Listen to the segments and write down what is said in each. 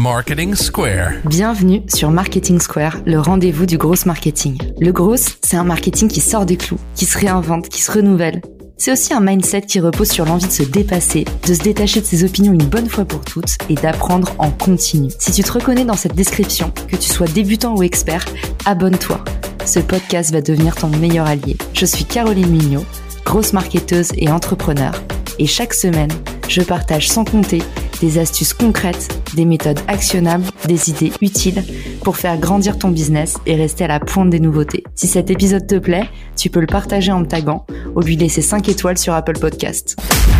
Marketing Square. Bienvenue sur Marketing Square, le rendez-vous du gros marketing. Le gros, c'est un marketing qui sort des clous, qui se réinvente, qui se renouvelle. C'est aussi un mindset qui repose sur l'envie de se dépasser, de se détacher de ses opinions une bonne fois pour toutes et d'apprendre en continu. Si tu te reconnais dans cette description, que tu sois débutant ou expert, abonne-toi. Ce podcast va devenir ton meilleur allié. Je suis Caroline Mignot, grosse marketeuse et entrepreneur. Et chaque semaine, je partage sans compter des astuces concrètes, des méthodes actionnables, des idées utiles pour faire grandir ton business et rester à la pointe des nouveautés. Si cet épisode te plaît, tu peux le partager en me taguant ou lui laisser 5 étoiles sur Apple Podcast.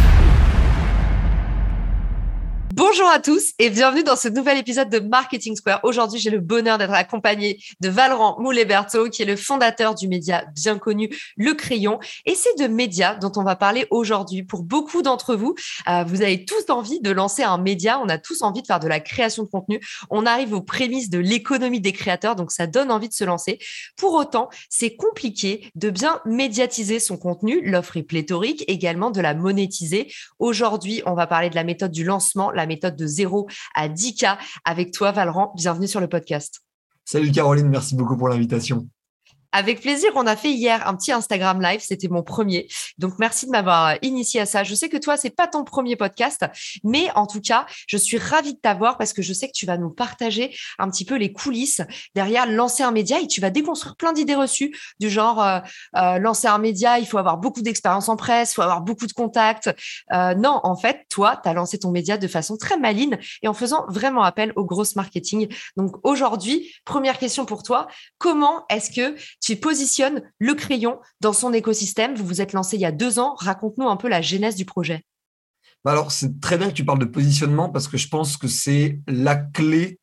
Bonjour à tous et bienvenue dans ce nouvel épisode de Marketing Square. Aujourd'hui, j'ai le bonheur d'être accompagné de Valorant Moulet-Berthaud, qui est le fondateur du média bien connu Le Crayon. Et c'est de médias dont on va parler aujourd'hui. Pour beaucoup d'entre vous, vous avez tous envie de lancer un média. On a tous envie de faire de la création de contenu. On arrive aux prémices de l'économie des créateurs, donc ça donne envie de se lancer. Pour autant, c'est compliqué de bien médiatiser son contenu. L'offre est pléthorique, également de la monétiser. Aujourd'hui, on va parler de la méthode du lancement, la méthode de 0 à 10K avec toi, Valorant. Bienvenue sur le podcast. Salut Caroline, merci beaucoup pour l'invitation. Avec plaisir, on a fait hier un petit Instagram Live, c'était mon premier. Donc, merci de m'avoir initié à ça. Je sais que toi, c'est pas ton premier podcast, mais en tout cas, je suis ravie de t'avoir parce que je sais que tu vas nous partager un petit peu les coulisses derrière lancer un média et tu vas déconstruire plein d'idées reçues du genre lancer un média, il faut avoir beaucoup d'expérience en presse, il faut avoir beaucoup de contacts. Non, en fait, toi, tu as lancé ton média de façon très maligne et en faisant vraiment appel au gros marketing. Donc, aujourd'hui, première question pour toi, comment est-ce que tu positionnes Le Crayon dans son écosystème? Vous vous êtes lancé il y a 2 ans. Raconte-nous un peu la genèse du projet. Alors, c'est très bien que tu parles de positionnement parce que je pense que c'est la clé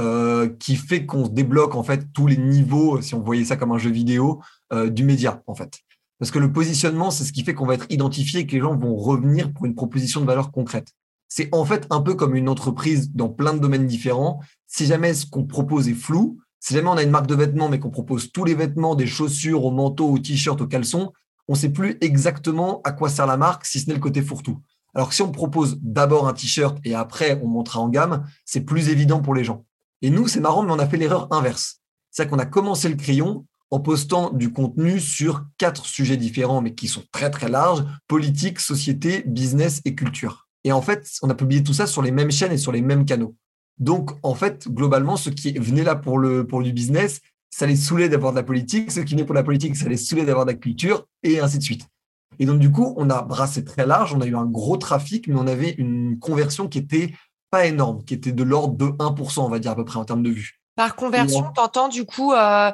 qui fait qu'on se débloque en fait tous les niveaux, si on voyait ça comme un jeu vidéo, du média en fait. Parce que le positionnement, c'est ce qui fait qu'on va être identifié et que les gens vont revenir pour une proposition de valeur concrète. C'est en fait un peu comme une entreprise dans plein de domaines différents. Si jamais ce qu'on propose est flou, si jamais on a une marque de vêtements, mais qu'on propose tous les vêtements, des chaussures, aux manteaux, aux t-shirts, aux caleçons, on ne sait plus exactement à quoi sert la marque, si ce n'est le côté fourre-tout. Alors que si on propose d'abord un t-shirt et après on montera en gamme, c'est plus évident pour les gens. Et nous, c'est marrant, mais on a fait l'erreur inverse. C'est-à-dire qu'on a commencé Le Crayon en postant du contenu sur 4 sujets différents, mais qui sont très très larges: politique, société, business et culture. Et en fait, on a publié tout ça sur les mêmes chaînes et sur les mêmes canaux. Donc, en fait, globalement, ceux qui venaient là pour du business, ça les saoulait d'avoir de la politique. Ceux qui venaient pour la politique, ça les saoulait d'avoir de la culture, et ainsi de suite. Et donc, du coup, on a brassé très large, on a eu un gros trafic, mais on avait une conversion qui était pas énorme, qui était de l'ordre de 1%, on va dire, à peu près, en termes de vues. Par conversion, t'entends du coup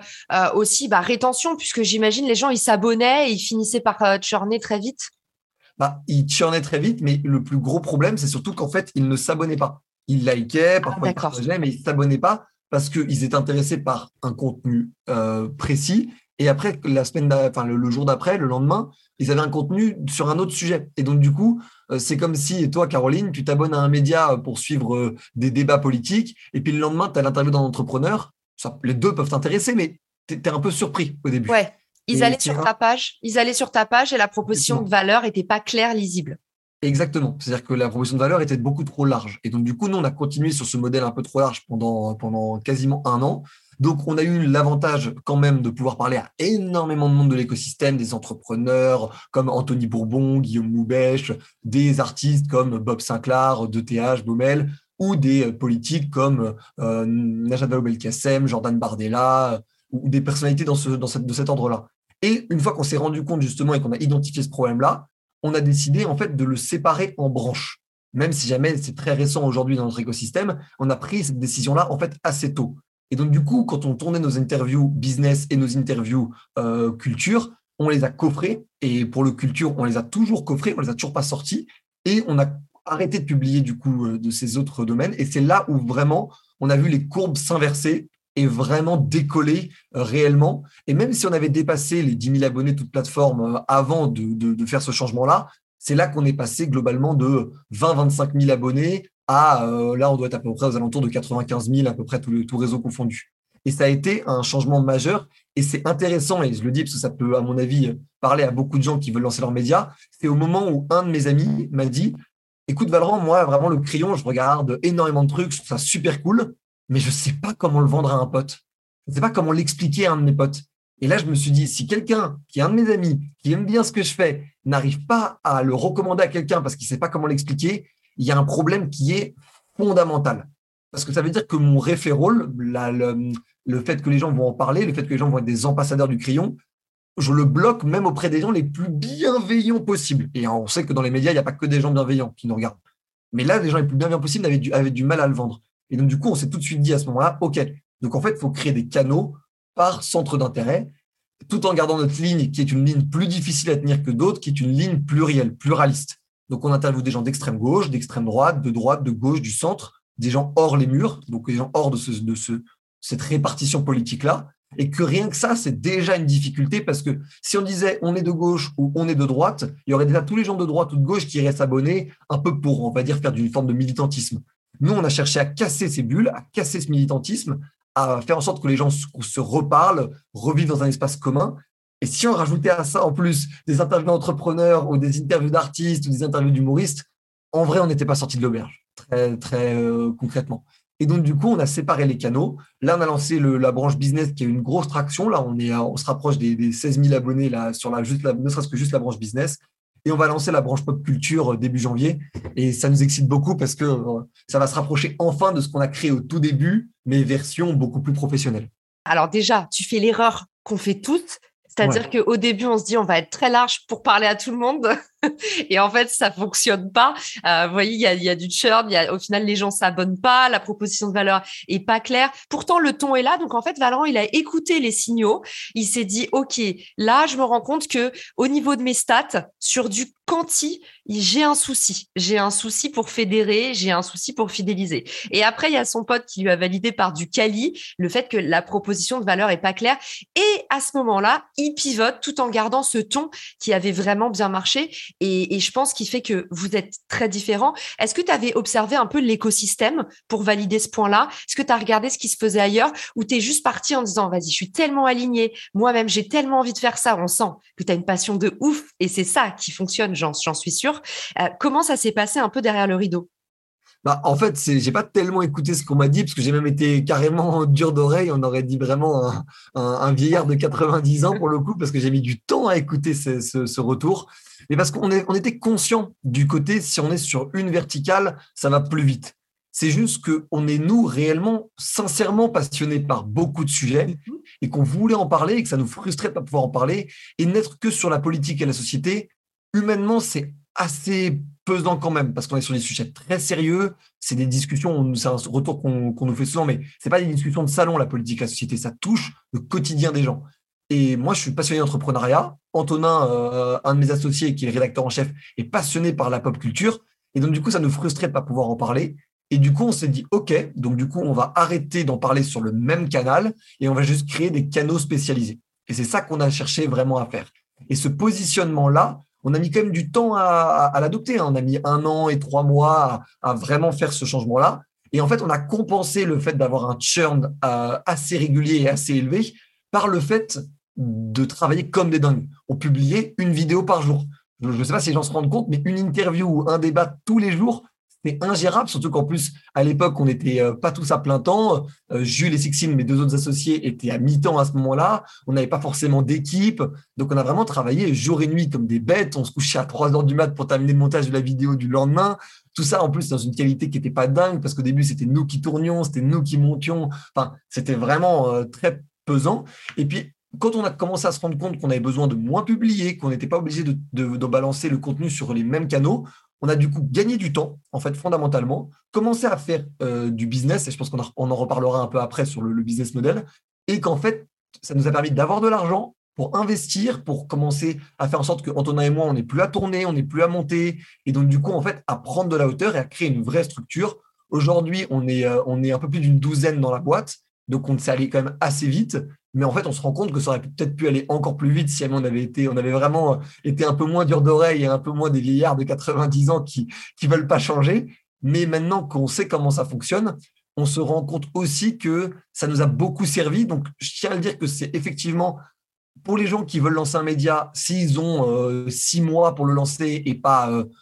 aussi rétention, puisque j'imagine les gens, ils s'abonnaient et ils finissaient par churner très vite. Ils churnaient très vite, mais le plus gros problème, c'est surtout qu'en fait, ils ne s'abonnaient pas. Ils likaient, parfois ils partageaient, mais ils ne s'abonnaient pas parce qu'ils étaient intéressés par un contenu précis. Et après, le jour d'après, le lendemain, ils avaient un contenu sur un autre sujet. Et donc, du coup, c'est comme si toi, Caroline, tu t'abonnes à un média pour suivre des débats politiques. Et puis le lendemain, tu as l'interview d'un entrepreneur. Les deux peuvent t'intéresser, mais tu es un peu surpris au début. Ouais, ils allaient sur ta page et la proposition de valeur n'était pas claire, lisible. Exactement. C'est-à-dire que la proposition de valeur était beaucoup trop large. Et donc, du coup, nous, on a continué sur ce modèle un peu trop large pendant quasiment 1 an. Donc, on a eu l'avantage quand même de pouvoir parler à énormément de monde de l'écosystème, des entrepreneurs comme Anthony Bourbon, Guillaume Moubèche, des artistes comme Bob Sinclair, DTH, Baumel, ou des politiques comme Najat Vallaud-Belkacem, Jordan Bardella, ou des personnalités de cet ordre-là. Et une fois qu'on s'est rendu compte justement et qu'on a identifié ce problème-là, on a décidé en fait de le séparer en branches. Même si jamais c'est très récent aujourd'hui dans notre écosystème, on a pris cette décision-là en fait assez tôt. Et donc du coup, quand on tournait nos interviews business et nos interviews culture, on les a coffrés. Et pour le culture, on les a toujours coffrés, on les a toujours pas sortis. Et on a arrêté de publier du coup de ces autres domaines. Et c'est là où vraiment on a vu les courbes s'inverser et vraiment décoller réellement. Et même si on avait dépassé les 10 000 abonnés toutes plateformes avant de faire ce changement-là, c'est là qu'on est passé globalement de 20-25 000 abonnés à là, on doit être à peu près aux alentours de 95 000, à peu près tout réseau confondu. Et ça a été un changement majeur. Et c'est intéressant, et je le dis parce que ça peut, à mon avis, parler à beaucoup de gens qui veulent lancer leurs médias. C'est au moment où un de mes amis m'a dit Écoute, Valorant, moi, vraiment, le crayon, je regarde énormément de trucs, je trouve ça super cool, mais je ne sais pas comment le vendre à un pote. Je ne sais pas comment l'expliquer à un de mes potes. Et là, je me suis dit, si quelqu'un qui est un de mes amis, qui aime bien ce que je fais, n'arrive pas à le recommander à quelqu'un parce qu'il ne sait pas comment l'expliquer, il y a un problème qui est fondamental. Parce que ça veut dire que mon référol, le fait que les gens vont en parler, le fait que les gens vont être des ambassadeurs du crayon, je le bloque même auprès des gens les plus bienveillants possibles. Et on sait que dans les médias, il n'y a pas que des gens bienveillants qui nous regardent. Mais là, les gens les plus bienveillants possibles avaient du mal à le vendre. Et donc, du coup, on s'est tout de suite dit à ce moment-là, OK, donc en fait, il faut créer des canaux par centre d'intérêt, tout en gardant notre ligne, qui est une ligne plus difficile à tenir que d'autres, qui est une ligne plurielle, pluraliste. Donc, on interviewe des gens d'extrême gauche, d'extrême droite, de gauche, du centre, des gens hors les murs, donc des gens hors de cette répartition politique-là, et que rien que ça, c'est déjà une difficulté parce que si on disait on est de gauche ou on est de droite, il y aurait déjà tous les gens de droite ou de gauche qui iraient s'abonner un peu pour, on va dire, faire d'une forme de militantisme. Nous, on a cherché à casser ces bulles, à casser ce militantisme, à faire en sorte que les gens se reparlent, revivent dans un espace commun. Et si on rajoutait à ça, en plus, des interviews d'entrepreneurs ou des interviews d'artistes ou des interviews d'humoristes, en vrai, on n'était pas sorti de l'auberge, très concrètement. Et donc, du coup, on a séparé les canaux. Là, on a lancé la branche business qui a une grosse traction. Là, on se rapproche des 16 000 abonnés là, sur ne serait-ce que juste la branche business. Et on va lancer la branche pop culture début janvier. Et ça nous excite beaucoup parce que ça va se rapprocher enfin de ce qu'on a créé au tout début, mais version beaucoup plus professionnelle. Alors déjà, tu fais l'erreur qu'on fait tous. C'est-à-dire qu'au début, on se dit, on va être très large pour parler à tout le monde. Et en fait, ça fonctionne pas. Vous voyez, il y a du churn. Au final, les gens s'abonnent pas. La proposition de valeur est pas claire. Pourtant, le ton est là. Donc, en fait, Valorant, il a écouté les signaux. Il s'est dit, OK, là, je me rends compte que au niveau de mes stats, sur du quanti, j'ai un souci. J'ai un souci pour fédérer. J'ai un souci pour fidéliser. Et après, il y a son pote qui lui a validé par du quali le fait que la proposition de valeur est pas claire. Et à ce moment-là, il pivote tout en gardant ce ton qui avait vraiment bien marché. Et je pense qu'il fait que vous êtes très différents. Est-ce que tu avais observé un peu l'écosystème pour valider ce point-là? Est-ce que tu as regardé ce qui se faisait ailleurs ou tu es juste parti en disant, vas-y, je suis tellement aligné, moi-même, j'ai tellement envie de faire ça. On sent que tu as une passion de ouf et c'est ça qui fonctionne, j'en suis sûre. Comment ça s'est passé un peu derrière le rideau? En fait, j'ai pas tellement écouté ce qu'on m'a dit parce que j'ai même été carrément dur d'oreille. On aurait dit vraiment un vieillard de 90 ans pour le coup parce que j'ai mis du temps à écouter ce retour. Mais parce on était conscient du côté, si on est sur une verticale, ça va plus vite. C'est juste qu'on est, nous, réellement, sincèrement passionnés par beaucoup de sujets et qu'on voulait en parler et que ça nous frustrait de ne pas pouvoir en parler et n'être que sur la politique et la société. Humainement, c'est assez pesant quand même, parce qu'on est sur des sujets très sérieux, c'est des discussions, c'est un retour qu'on nous fait souvent, mais c'est pas des discussions de salon, la politique, la société, ça touche le quotidien des gens. Et moi, je suis passionné d'entrepreneuriat. Antonin, un de mes associés, qui est le rédacteur en chef, est passionné par la pop culture. Et donc, du coup, ça nous frustrait de ne pas pouvoir en parler. Et du coup, on s'est dit, OK, donc du coup, on va arrêter d'en parler sur le même canal et on va juste créer des canaux spécialisés. Et c'est ça qu'on a cherché vraiment à faire. Et ce positionnement-là, on a mis quand même du temps à l'adopter. On a mis 1 an et 3 mois à vraiment faire ce changement-là. Et en fait, on a compensé le fait d'avoir un churn assez régulier et assez élevé par le fait de travailler comme des dingues. On publiait une vidéo par jour. Je ne sais pas si les gens se rendent compte, mais une interview ou un débat tous les jours, c'est ingérable, surtout qu'en plus, à l'époque, on n'était pas tous à plein temps. Jules et Sixine, mes 2 autres associés, étaient à mi-temps à ce moment-là. On n'avait pas forcément d'équipe. Donc, on a vraiment travaillé jour et nuit comme des bêtes. On se couchait à 3 heures du mat pour terminer le montage de la vidéo du lendemain. Tout ça, en plus, dans une qualité qui n'était pas dingue, parce qu'au début, c'était nous qui tournions, c'était nous qui montions. Enfin, c'était vraiment très pesant. Et puis, quand on a commencé à se rendre compte qu'on avait besoin de moins publier, qu'on n'était pas obligé de balancer le contenu sur les mêmes canaux, on a du coup gagné du temps, en fait, fondamentalement, commencé à faire du business, et je pense qu'on en reparlera un peu après sur le business model, et qu'en fait, ça nous a permis d'avoir de l'argent pour investir, pour commencer à faire en sorte qu'Antonin et moi, on n'est plus à tourner, on n'est plus à monter, et donc du coup, en fait, à prendre de la hauteur et à créer une vraie structure. Aujourd'hui, on est un peu plus d'une douzaine dans la boîte, donc on s'est allé quand même assez vite, mais en fait, on se rend compte que ça aurait peut-être pu aller encore plus vite si on avait vraiment été un peu moins dur d'oreille et un peu moins des vieillards de 90 ans qui veulent pas changer. Mais maintenant qu'on sait comment ça fonctionne, on se rend compte aussi que ça nous a beaucoup servi. Donc, je tiens à le dire que c'est effectivement pour les gens qui veulent lancer un média, s'ils ont 6 mois pour le lancer et pas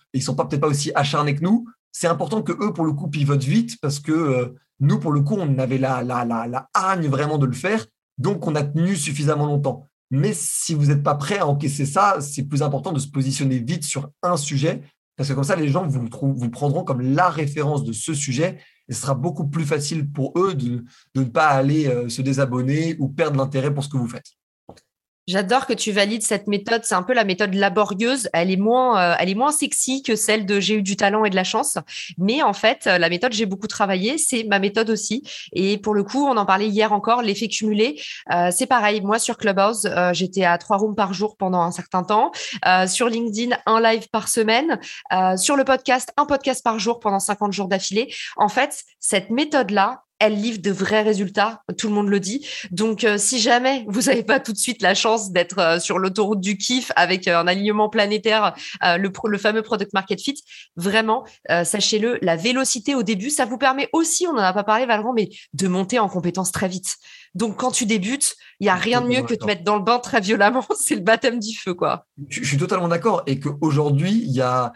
et ils sont peut-être pas aussi acharnés que nous, c'est important que eux, pour le coup, pivotent vite parce que nous, pour le coup, on avait la hargne vraiment de le faire. Donc, on a tenu suffisamment longtemps. Mais si vous n'êtes pas prêt à encaisser ça, c'est plus important de se positionner vite sur un sujet parce que comme ça, les gens vous prendront comme la référence de ce sujet et ce sera beaucoup plus facile pour eux de ne pas aller se désabonner ou perdre l'intérêt pour ce que vous faites. J'adore que tu valides cette méthode. C'est un peu la méthode laborieuse. Elle est moins sexy que celle de j'ai eu du talent et de la chance. Mais en fait, la méthode j'ai beaucoup travaillé, c'est ma méthode aussi. Et pour le coup, on en parlait hier encore, l'effet cumulé. C'est pareil. Moi, sur Clubhouse, j'étais à 3 rooms par jour pendant un certain temps. Sur LinkedIn, un live par semaine. Sur le podcast, un podcast par jour pendant 50 jours d'affilée. En fait, cette méthode-là, elle livre de vrais résultats, tout le monde le dit. Donc, si jamais vous n'avez pas tout de suite la chance d'être sur l'autoroute du kiff avec un alignement planétaire, le fameux Product Market Fit, vraiment, sachez-le, la vélocité au début, ça vous permet aussi, on n'en a pas parlé Valorant, mais de monter en compétences très vite. Donc, quand tu débutes, il n'y a rien de mieux que de te mettre dans le bain très violemment. C'est le baptême du feu, quoi. Je suis totalement d'accord et qu'aujourd'hui, il y a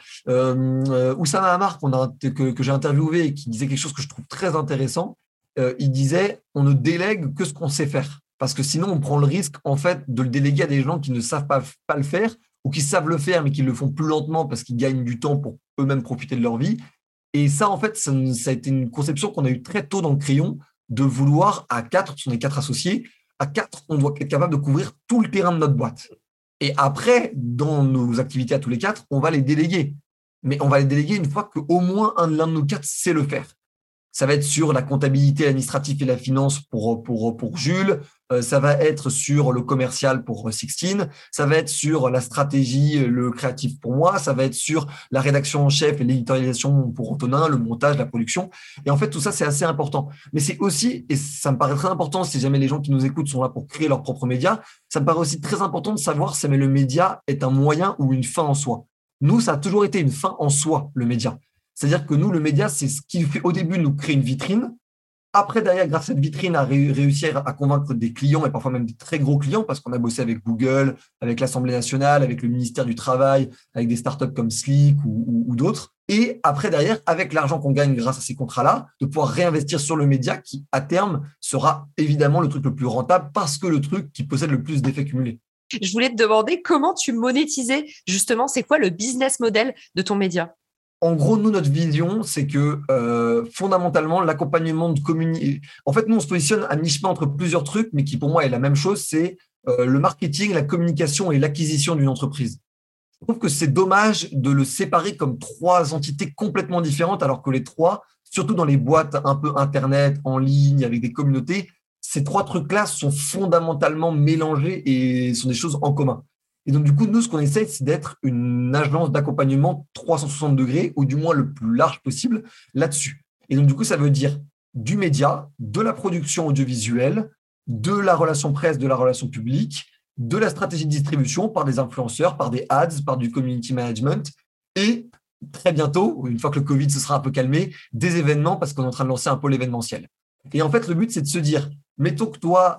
Oussama Hamar que j'ai interviewé et qui disait quelque chose que je trouve très intéressant. Il disait on ne délègue que ce qu'on sait faire parce que sinon on prend le risque en fait de le déléguer à des gens qui ne savent pas le faire ou qui savent le faire mais qui le font plus lentement parce qu'ils gagnent du temps pour eux-mêmes profiter de leur vie. Et ça en fait ça a été une conception qu'on a eue très tôt dans le Crayon de vouloir à 4, on est 4 associés, à 4 on doit être capable de couvrir tout le terrain de notre boîte. Et après dans nos activités à tous les 4 on va les déléguer, mais on va les déléguer une fois qu'au moins l'un de nous 4 sait le faire. Ça va être sur la comptabilité, l'administratif et la finance pour Jules. Ça va être sur le commercial pour Sixtine. Ça va être sur la stratégie, le créatif pour moi. Ça va être sur la rédaction en chef et l'éditorialisation pour Antonin, le montage, la production. Et en fait, tout ça, c'est assez important. Mais c'est aussi, et ça me paraît très important si jamais les gens qui nous écoutent sont là pour créer leur propre média, ça me paraît aussi très important de savoir si le média est un moyen ou une fin en soi. Nous, ça a toujours été une fin en soi, le média. C'est-à-dire que nous, le média, c'est ce qui fait au début nous créer une vitrine. Après, derrière, grâce à cette vitrine, à réussir à convaincre des clients et parfois même des très gros clients parce qu'on a bossé avec Google, avec l'Assemblée nationale, avec le ministère du Travail, avec des startups comme Slick ou d'autres. Et après, derrière, avec l'argent qu'on gagne grâce à ces contrats-là, de pouvoir réinvestir sur le média qui, à terme, sera évidemment le truc le plus rentable parce que le truc qui possède le plus d'effets cumulés. Je voulais te demander comment tu monétisais justement, c'est quoi le business model de ton média ? En gros, nous, notre vision, c'est que fondamentalement, l'accompagnement de communauté. En fait, nous, on se positionne à mi-chemin entre plusieurs trucs, mais qui pour moi est la même chose, c'est le marketing, la communication et l'acquisition d'une entreprise. Je trouve que c'est dommage de le séparer comme 3 entités complètement différentes, alors que les 3, surtout dans les boîtes un peu Internet, en ligne, avec des communautés, ces 3 trucs-là sont fondamentalement mélangés et sont des choses en commun. Et donc, du coup, nous, ce qu'on essaie, c'est d'être une agence d'accompagnement 360 degrés, ou du moins le plus large possible là-dessus. Et donc, du coup, ça veut dire du média, de la production audiovisuelle, de la relation presse, de la relation publique, de la stratégie de distribution par des influenceurs, par des ads, par du community management, et très bientôt, une fois que le Covid se sera un peu calmé, des événements, parce qu'on est en train de lancer un pôle événementiel. Et en fait, le but, c'est de se dire, mettons que toi,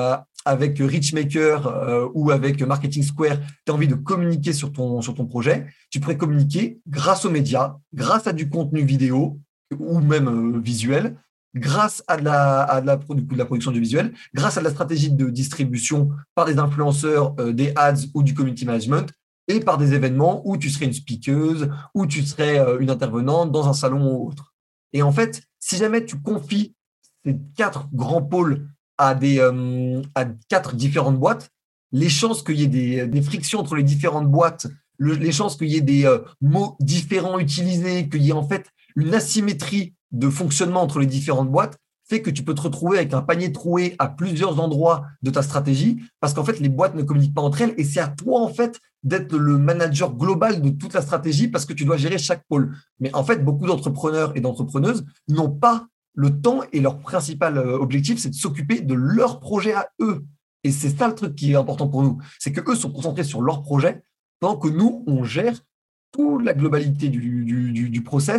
avec Richmaker ou avec Marketing Square, tu as envie de communiquer sur ton projet, tu pourrais communiquer grâce aux médias, grâce à du contenu vidéo ou même visuel, grâce à de la production du visuel, grâce à de la stratégie de distribution par des influenceurs, des ads ou du community management, et par des événements où tu serais une speakeuse, où tu serais une intervenante dans un salon ou autre. Et en fait, si jamais tu confies ces 4 grands pôles à 4 différentes boîtes, les chances qu'il y ait des frictions entre les différentes boîtes, les chances qu'il y ait des mots différents utilisés, qu'il y ait en fait une asymétrie de fonctionnement entre les différentes boîtes, fait que tu peux te retrouver avec un panier troué à plusieurs endroits de ta stratégie parce qu'en fait, les boîtes ne communiquent pas entre elles et c'est à toi en fait d'être le manager global de toute la stratégie parce que tu dois gérer chaque pôle. Mais en fait, beaucoup d'entrepreneurs et d'entrepreneuses n'ont pas le temps et leur principal objectif, c'est de s'occuper de leur projet à eux. Et c'est ça le truc qui est important pour nous. C'est qu'eux sont concentrés sur leur projet pendant que nous, on gère toute la globalité du process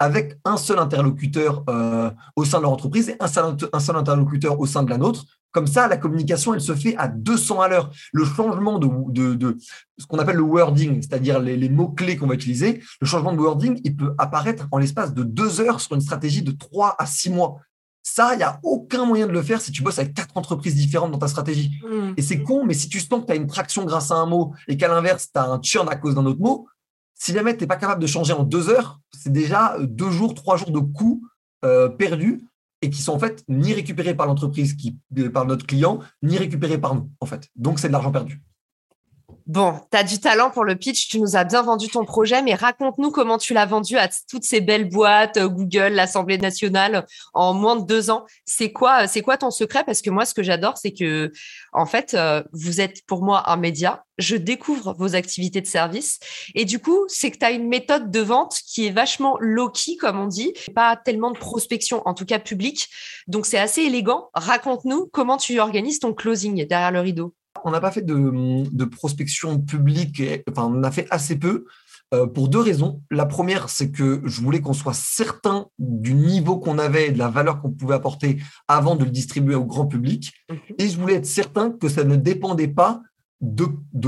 avec un seul interlocuteur au sein de leur entreprise et un seul interlocuteur au sein de la nôtre. Comme ça, la communication, elle se fait à 200 à l'heure. Le changement de ce qu'on appelle le wording, c'est-à-dire les mots-clés qu'on va utiliser, le changement de wording, il peut apparaître en l'espace de 2 heures sur une stratégie de 3 à 6 mois. Ça, il n'y a aucun moyen de le faire si tu bosses avec 4 entreprises différentes dans ta stratégie. Et c'est con, mais si tu sens que tu as une traction grâce à un mot et qu'à l'inverse, tu as un churn à cause d'un autre mot, si jamais tu n'es pas capable de changer en 2 heures, c'est déjà 2 jours, 3 jours de coûts perdus et qui sont en fait ni récupérés par l'entreprise, par notre client, ni récupérés par nous, en fait. Donc, c'est de l'argent perdu. Bon, tu as du talent pour le pitch, tu nous as bien vendu ton projet, mais raconte-nous comment tu l'as vendu à toutes ces belles boîtes, Google, l'Assemblée nationale, en moins de 2 ans. C'est quoi ton secret? Parce que moi, ce que j'adore, c'est que, en fait, vous êtes pour moi un média. Je découvre vos activités de service. Et du coup, c'est que tu as une méthode de vente qui est vachement low-key, comme on dit, pas tellement de prospection, en tout cas publique. Donc, c'est assez élégant. Raconte-nous comment tu organises ton closing derrière le rideau. On n'a pas fait de prospection publique, enfin, on en a fait assez peu pour 2 raisons. La première, c'est que je voulais qu'on soit certain du niveau qu'on avait et de la valeur qu'on pouvait apporter avant de le distribuer au grand public. Et je voulais être certain que ça ne dépendait pas de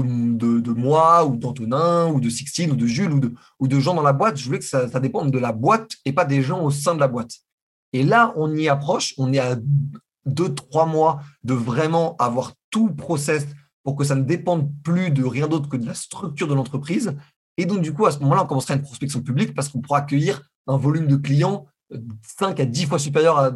moi ou d'Antonin ou de Sixtine ou de Jules ou de gens dans la boîte. Je voulais que ça dépende de la boîte et pas des gens au sein de la boîte. Et là, on y approche, on est à 2-3 mois de vraiment avoir tout process pour que ça ne dépende plus de rien d'autre que de la structure de l'entreprise. Et donc, du coup, à ce moment-là, on commencera une prospection publique parce qu'on pourra accueillir un volume de clients 5 à 10 fois supérieur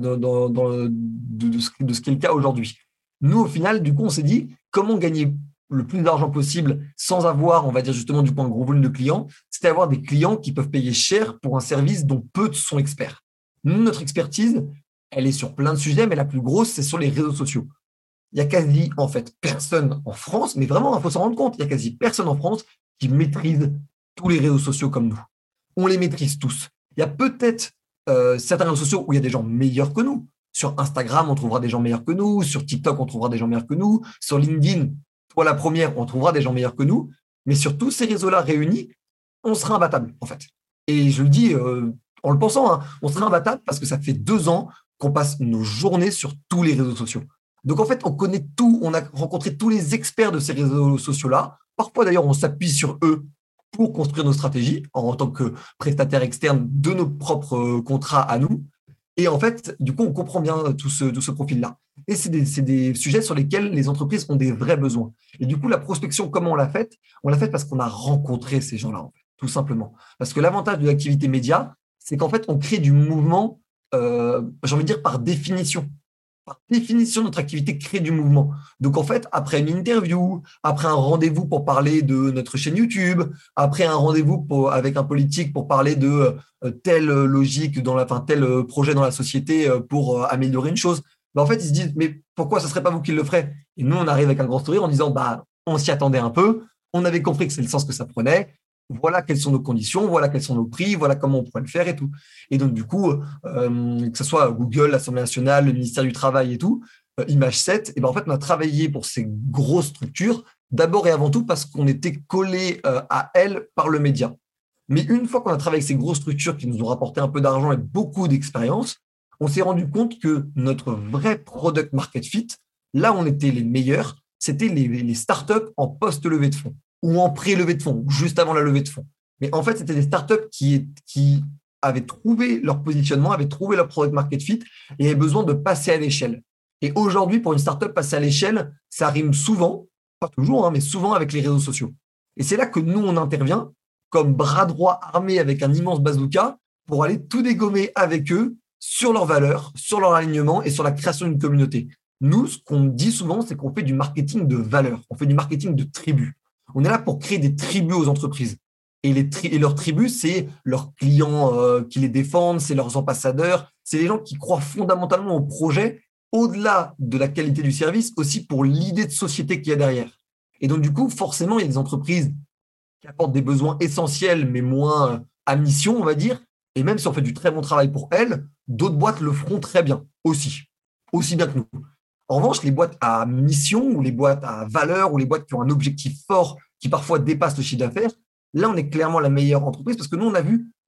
de ce qui est le cas aujourd'hui. Nous, au final, du coup, on s'est dit comment gagner le plus d'argent possible sans avoir, on va dire justement, du coup, un gros volume de clients, c'est avoir des clients qui peuvent payer cher pour un service dont peu sont experts. Nous, notre expertise, elle est sur plein de sujets, mais la plus grosse, c'est sur les réseaux sociaux. Il y a quasi, en fait, personne en France, mais vraiment, il faut s'en rendre compte, il y a quasi personne en France qui maîtrise tous les réseaux sociaux comme nous. On les maîtrise tous. Il y a peut-être certains réseaux sociaux où il y a des gens meilleurs que nous. Sur Instagram, on trouvera des gens meilleurs que nous. Sur TikTok, on trouvera des gens meilleurs que nous. Sur LinkedIn, toi la première, on trouvera des gens meilleurs que nous. Mais sur tous ces réseaux-là réunis, on sera imbattable, en fait. Et je le dis en le pensant, hein, on sera imbattable parce que ça fait 2 ans qu'on passe nos journées sur tous les réseaux sociaux. Donc, en fait, on connaît tout, on a rencontré tous les experts de ces réseaux sociaux-là. Parfois, d'ailleurs, on s'appuie sur eux pour construire nos stratégies en tant que prestataire externe de nos propres contrats à nous. Et en fait, du coup, on comprend bien tout ce profil-là. Et c'est des sujets sur lesquels les entreprises ont des vrais besoins. Et du coup, la prospection, comment on l'a faite? On l'a faite parce qu'on a rencontré ces gens-là, en fait, tout simplement. Parce que l'avantage de l'activité média, c'est qu'en fait, on crée du mouvement, j'ai envie de dire par définition. Par définition, notre activité crée du mouvement. Donc, en fait, après une interview, après un rendez-vous pour parler de notre chaîne YouTube, après un rendez-vous avec un politique pour parler de telle logique, tel projet dans la société pour améliorer une chose, en fait, ils se disent, mais pourquoi ce ne serait pas vous qui le ferez? Et nous, on arrive avec un grand sourire en disant, on s'y attendait un peu, on avait compris que c'est le sens que ça prenait, voilà quelles sont nos conditions, voilà quels sont nos prix, voilà comment on pourrait le faire et tout. Et donc, du coup, que ce soit Google, l'Assemblée nationale, le ministère du Travail et tout, Image 7, en fait, on a travaillé pour ces grosses structures, d'abord et avant tout parce qu'on était collé à elles par le média. Mais une fois qu'on a travaillé avec ces grosses structures qui nous ont rapporté un peu d'argent et beaucoup d'expérience, on s'est rendu compte que notre vrai product market fit, là où on était les meilleurs, c'était les startups en post-levée de fonds ou en pré-levée de fonds, ou juste avant la levée de fonds. Mais en fait, c'était des startups qui avaient trouvé leur positionnement, avaient trouvé leur product market fit et avaient besoin de passer à l'échelle. Et aujourd'hui, pour une startup, passer à l'échelle, ça rime souvent, pas toujours, mais souvent avec les réseaux sociaux. Et c'est là que nous, on intervient comme bras droit armé avec un immense bazooka pour aller tout dégommer avec eux sur leurs valeurs, sur leur alignement et sur la création d'une communauté. Nous, ce qu'on dit souvent, c'est qu'on fait du marketing de valeur, on fait du marketing de tribu. On est là pour créer des tribus aux entreprises. Et leurs tribus, c'est leurs clients qui les défendent, c'est leurs ambassadeurs, c'est les gens qui croient fondamentalement au projet, au-delà de la qualité du service, aussi pour l'idée de société qu'il y a derrière. Et donc, du coup, forcément, il y a des entreprises qui apportent des besoins essentiels, mais moins à mission, on va dire. Et même si on fait du très bon travail pour elles, d'autres boîtes le feront très bien, aussi bien que nous. En revanche, les boîtes à mission ou les boîtes à valeur ou les boîtes qui ont un objectif fort qui parfois dépasse le chiffre d'affaires, là, on est clairement la meilleure entreprise parce que nous, on a vu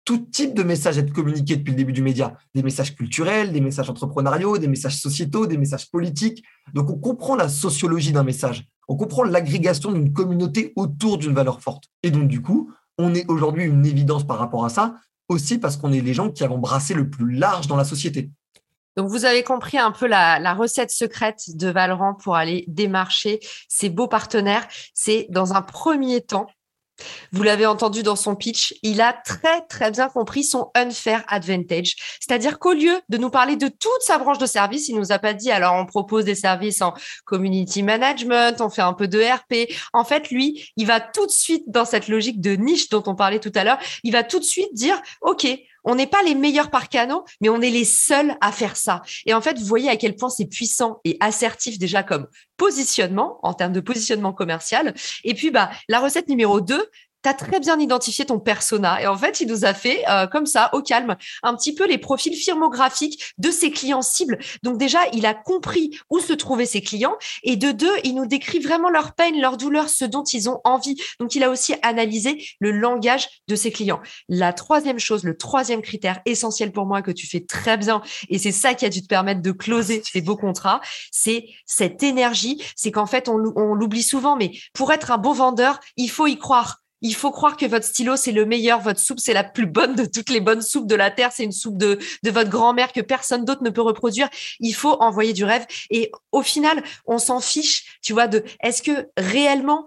tout type de messages être communiqués depuis le début du média. Des messages culturels, des messages entrepreneuriaux, des messages sociétaux, des messages politiques. Donc, on comprend la sociologie d'un message. On comprend l'agrégation d'une communauté autour d'une valeur forte. Et donc, du coup, on est aujourd'hui une évidence par rapport à ça, aussi parce qu'on est les gens qui avons brassé le plus large dans la société. Donc, vous avez compris un peu la recette secrète de Valorant pour aller démarcher ses beaux partenaires. C'est dans un premier temps, vous l'avez entendu dans son pitch, il a très, très bien compris son unfair advantage. C'est-à-dire qu'au lieu de nous parler de toute sa branche de service, il nous a pas dit, alors on propose des services en community management, on fait un peu de RP. En fait, lui, il va tout de suite dans cette logique de niche dont on parlait tout à l'heure. Il va tout de suite dire, OK, on n'est pas les meilleurs par canaux, mais on est les seuls à faire ça. Et en fait, vous voyez à quel point c'est puissant et assertif déjà comme positionnement, en termes de positionnement commercial. Et puis, la recette numéro 2, tu as très bien identifié ton persona. Et en fait, il nous a fait, comme ça, au calme, un petit peu les profils firmographiques de ses clients cibles. Donc déjà, il a compris où se trouvaient ses clients. Et de 2, il nous décrit vraiment leur peine, leur douleur, ce dont ils ont envie. Donc, il a aussi analysé le langage de ses clients. La troisième chose, le troisième critère essentiel pour moi que tu fais très bien, et c'est ça qui a dû te permettre de closer ces beaux contrats, c'est cette énergie. C'est qu'en fait, on l'oublie souvent, mais pour être un bon vendeur, il faut y croire. Il faut croire que votre stylo, c'est le meilleur, votre soupe, c'est la plus bonne de toutes les bonnes soupes de la Terre, c'est une soupe de votre grand-mère que personne d'autre ne peut reproduire. Il faut envoyer du rêve. Et au final, on s'en fiche, tu vois, de est-ce que réellement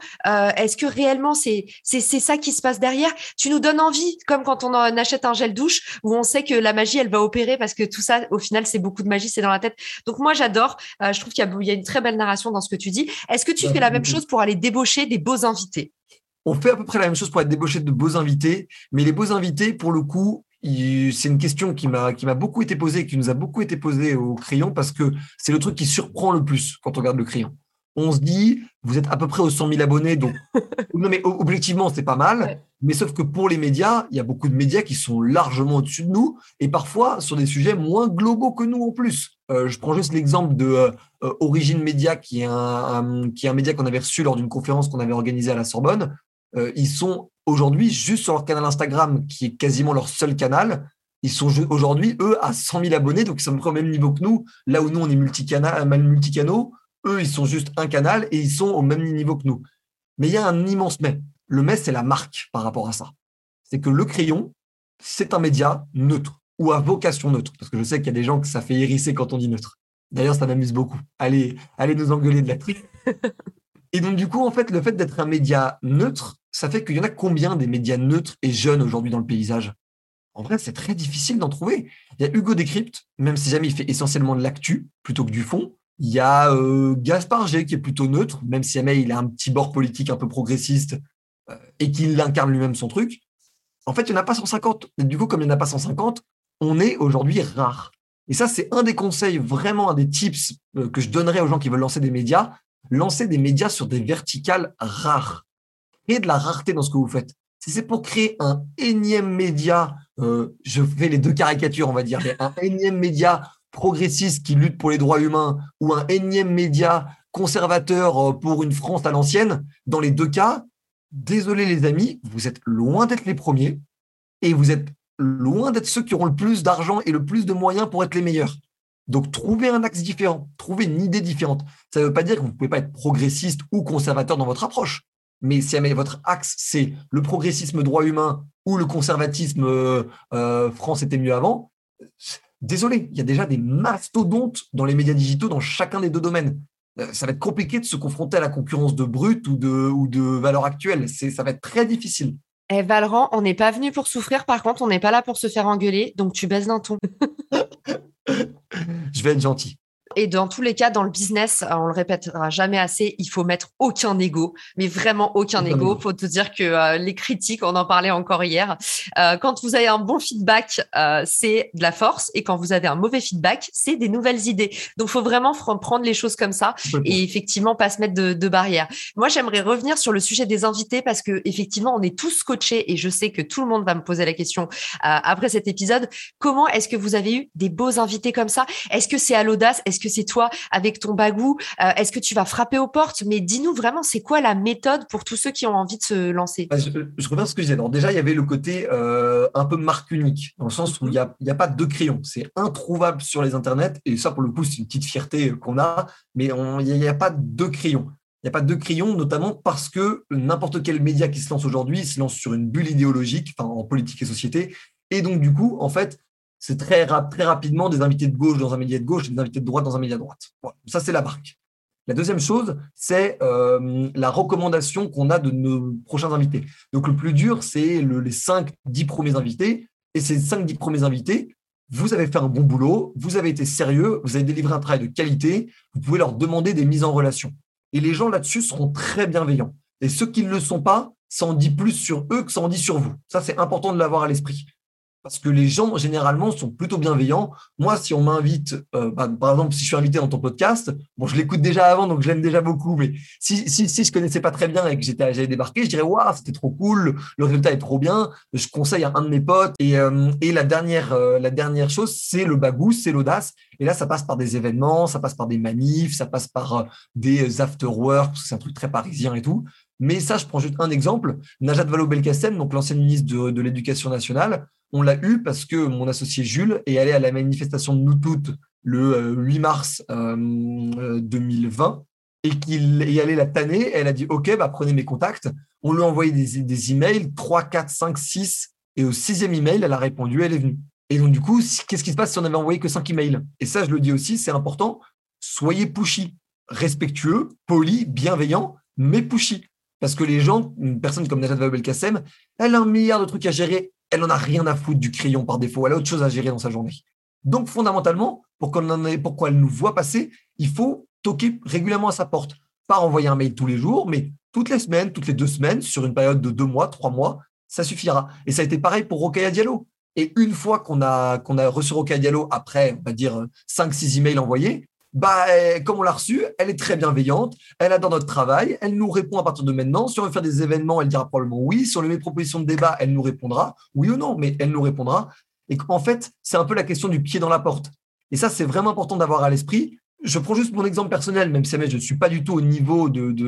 c'est ça qui se passe derrière? Tu nous donnes envie, comme quand on achète un gel douche, où on sait que la magie, elle va opérer parce que tout ça, au final, c'est beaucoup de magie, c'est dans la tête. Donc moi, j'adore. Je trouve qu'il y a une très belle narration dans ce que tu dis. Est-ce que tu fais la même chose pour aller débaucher des beaux invités? On fait à peu près la même chose pour être débauché de beaux invités, mais les beaux invités, pour le coup, c'est une question qui m'a beaucoup été posée, qui nous a beaucoup été posée au Crayon, parce que c'est le truc qui surprend le plus quand on regarde le Crayon. On se dit, vous êtes à peu près aux 100 000 abonnés, donc non, mais objectivement, c'est pas mal, Ouais. mais sauf que pour les médias, il y a beaucoup de médias qui sont largement au-dessus de nous, et parfois sur des sujets moins globaux que nous en plus. Je prends juste l'exemple de Origine Média, qui est un média qu'on avait reçu lors d'une conférence qu'on avait organisée à la Sorbonne. Ils sont aujourd'hui juste sur leur canal Instagram, qui est quasiment leur seul canal. Ils sont aujourd'hui, eux, à 100 000 abonnés, donc ils sont au même niveau que nous. Là où nous, on est multicanaux, eux, ils sont juste un canal et ils sont au même niveau que nous. Mais il y a un immense mais. Le mais, c'est la marque par rapport à ça. C'est que le Crayon, c'est un média neutre ou à vocation neutre. Parce que je sais qu'il y a des gens que ça fait hérisser quand on dit neutre. D'ailleurs, ça m'amuse beaucoup. Allez nous engueuler de là-dessus. Et donc, du coup, en fait, le fait d'être un média neutre, ça fait qu'il y en a combien des médias neutres et jeunes aujourd'hui dans le paysage? En vrai, c'est très difficile d'en trouver. Il y a Hugo Décrypte, même si jamais il fait essentiellement de l'actu plutôt que du fond. Il y a Gaspard G qui est plutôt neutre, même si jamais il a un petit bord politique un peu progressiste et qu'il incarne lui-même son truc. En fait, il n'y en a pas 150. Et du coup, comme il n'y en a pas 150, on est aujourd'hui rare. Et ça, c'est un des conseils, vraiment un des tips que je donnerais aux gens qui veulent lancer des médias. Lancer des médias sur des verticales rares. Créer de la rareté dans ce que vous faites. Si c'est pour créer un énième média, je fais les deux caricatures, on va dire, un énième média progressiste qui lutte pour les droits humains ou un énième média conservateur pour une France à l'ancienne, dans les deux cas, désolé les amis, vous êtes loin d'être les premiers et vous êtes loin d'être ceux qui auront le plus d'argent et le plus de moyens pour être les meilleurs. Donc, trouvez un axe différent, trouvez une idée différente. Ça ne veut pas dire que vous ne pouvez pas être progressiste ou conservateur dans votre approche. Mais si votre axe, c'est le progressisme droit humain ou le conservatisme France était mieux avant, désolé, il y a déjà des mastodontes dans les médias digitaux dans chacun des deux domaines. Ça va être compliqué de se confronter à la concurrence de brut ou de valeur actuelle. Ça va être très difficile. Valorant, on n'est pas venu pour souffrir. Par contre, on n'est pas là pour se faire engueuler. Donc, tu baisses d'un ton. Je vais être gentil. Et dans tous les cas, dans le business, on le répétera jamais assez, il faut mettre aucun ego, mais vraiment aucun ego. Faut te dire que les critiques, on en parlait encore hier. Quand vous avez un bon feedback, c'est de la force, et quand vous avez un mauvais feedback, c'est des nouvelles idées. Donc, faut vraiment prendre les choses comme ça et effectivement pas se mettre de barrières. Moi, j'aimerais revenir sur le sujet des invités parce que effectivement, on est tous coachés et je sais que tout le monde va me poser la question après cet épisode. Comment est-ce que vous avez eu des beaux invités comme ça? Est-ce que c'est à l'audace? Est-ce que c'est toi avec ton bagou? Est-ce que tu vas frapper aux portes? Mais dis-nous vraiment, c'est quoi la méthode pour tous ceux qui ont envie de se lancer? Je reviens à ce que je disais. Alors déjà, il y avait le côté un peu marque unique, dans le sens où il y a pas de crayon. C'est introuvable sur les internets, et ça, pour le coup, c'est une petite fierté qu'on a, mais il n'y a pas de crayon. Il n'y a pas de crayon, notamment parce que n'importe quel média qui se lance aujourd'hui se lance sur une bulle idéologique, enfin, en politique et société. Et donc, du coup, en fait, c'est très rapidement des invités de gauche dans un média de gauche et des invités de droite dans un média de droite. Voilà. Ça, c'est la marque. La deuxième chose, c'est la recommandation qu'on a de nos prochains invités. Donc, le plus dur, c'est les 5-10 premiers invités. Et ces 5-10 premiers invités, vous avez fait un bon boulot, vous avez été sérieux, vous avez délivré un travail de qualité, vous pouvez leur demander des mises en relation. Et les gens là-dessus seront très bienveillants. Et ceux qui ne le sont pas, ça en dit plus sur eux que ça en dit sur vous. Ça, c'est important de l'avoir à l'esprit. Parce que les gens, généralement, sont plutôt bienveillants. Moi, si on m'invite, par exemple, si je suis invité dans ton podcast, bon, je l'écoute déjà avant, donc je l'aime déjà beaucoup. Mais si je connaissais pas très bien et que j'avais débarqué, je dirais, waouh, c'était trop cool, le résultat est trop bien. Je conseille à un de mes potes. Et la dernière chose, c'est le bagou, c'est l'audace. Et là, ça passe par des événements, ça passe par des manifs, ça passe par des after-work, parce que c'est un truc très parisien et tout. Mais ça, je prends juste un exemple. Najat Vallaud-Belkacem, donc l'ancienne ministre de l'Éducation nationale, on l'a eu parce que mon associé Jules est allé à la manifestation de Nous Toutes le 8 mars 2020 et qu'il est allé la tanner. Elle a dit « Ok, bah, prenez mes contacts ». On lui a envoyé des emails, 3, 4, 5, 6. Et au 6e email, elle a répondu, elle est venue. Et donc, du coup, qu'est-ce qui se passe si on avait envoyé que 5 emails? Et ça, je le dis aussi, c'est important. Soyez pushy, respectueux, poli, bienveillant, mais pushy. Parce que les gens, une personne comme Najat Vallaud-Belkacem, elle a 1 milliard de trucs à gérer. Elle n'en a rien à foutre du crayon par défaut. Elle a autre chose à gérer dans sa journée. Donc, fondamentalement, pour qu'elle nous voit passer, il faut toquer régulièrement à sa porte. Pas envoyer un mail tous les jours, mais toutes les semaines, toutes les 2 semaines, sur une période de 2 mois, 3 mois, ça suffira. Et ça a été pareil pour Rokhaya Diallo. Et une fois qu'on a reçu Rokhaya Diallo, après, on va dire 5-6 emails envoyés, comme on l'a reçue, elle est très bienveillante, elle adore notre travail, elle nous répond à partir de maintenant. Si on veut faire des événements, elle dira probablement oui. Si on lui met proposition de débat, elle nous répondra, oui ou non, mais elle nous répondra. Et en fait, c'est un peu la question du pied dans la porte. Et ça, c'est vraiment important d'avoir à l'esprit. Je prends juste mon exemple personnel, même si je ne suis pas du tout au niveau